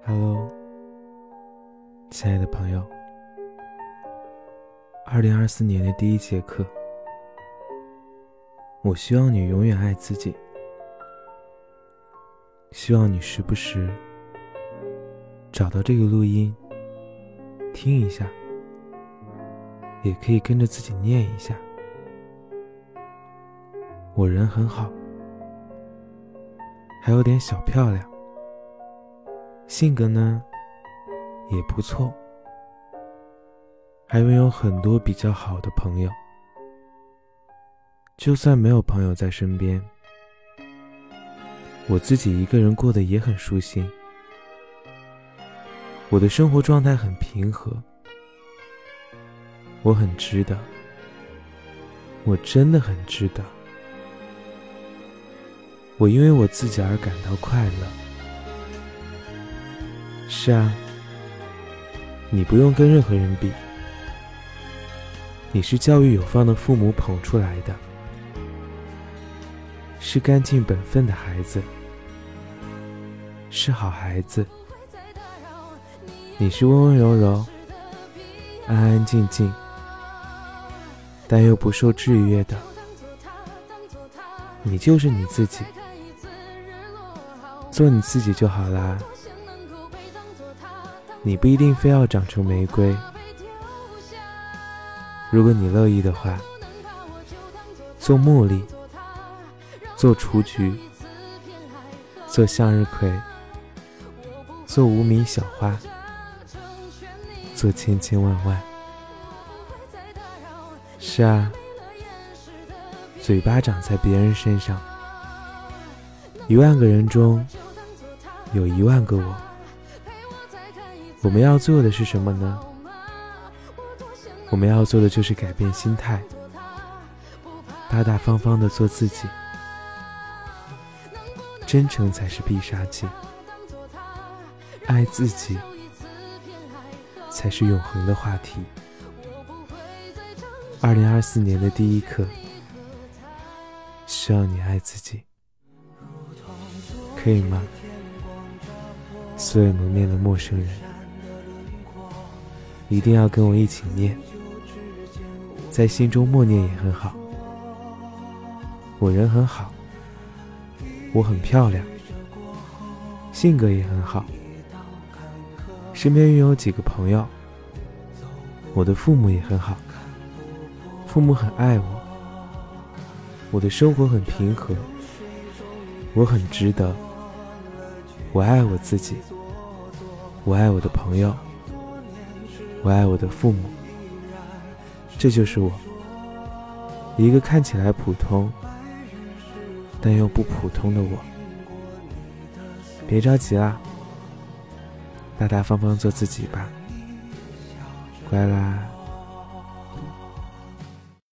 Hello， 亲爱的朋友，2024年的第一节课，我希望你永远爱自己，希望你时不时找到这个录音，听一下，也可以跟着自己念一下。我人很好，还有点小漂亮，性格呢也不错，还拥有很多比较好的朋友。就算没有朋友在身边，我自己一个人过得也很舒心。我的生活状态很平和，我很值得，我真的很值得。我因为我自己而感到快乐。是啊，你不用跟任何人比，你是教育有方的父母捧出来的，是干净本分的孩子，是好孩子。你是温温柔柔，安安静静，但又不受制约的。你就是你自己，做你自己就好啦。你不一定非要长成玫瑰，如果你乐意的话，做茉莉，做雏菊，做向日葵，做无名小花，做千千万万。是啊，嘴巴长在别人身上，10000个人中有10000个我。我们要做的是什么呢？我们要做的就是改变心态，大大方方地做自己。真诚才是必杀技，爱自己才是永恒的话题。2024年的第一课，需要你爱自己，可以吗？所有蒙面的陌生人，一定要跟我一起念，在心中默念也很好。我人很好，我很漂亮，性格也很好，身边拥有几个朋友，我的父母也很好，父母很爱我，我的生活很平和，我很值得，我爱我自己，我爱我的朋友，我爱我的父母。这就是我，一个看起来普通但又不普通的我。别着急啦，大大方方做自己吧，乖啦。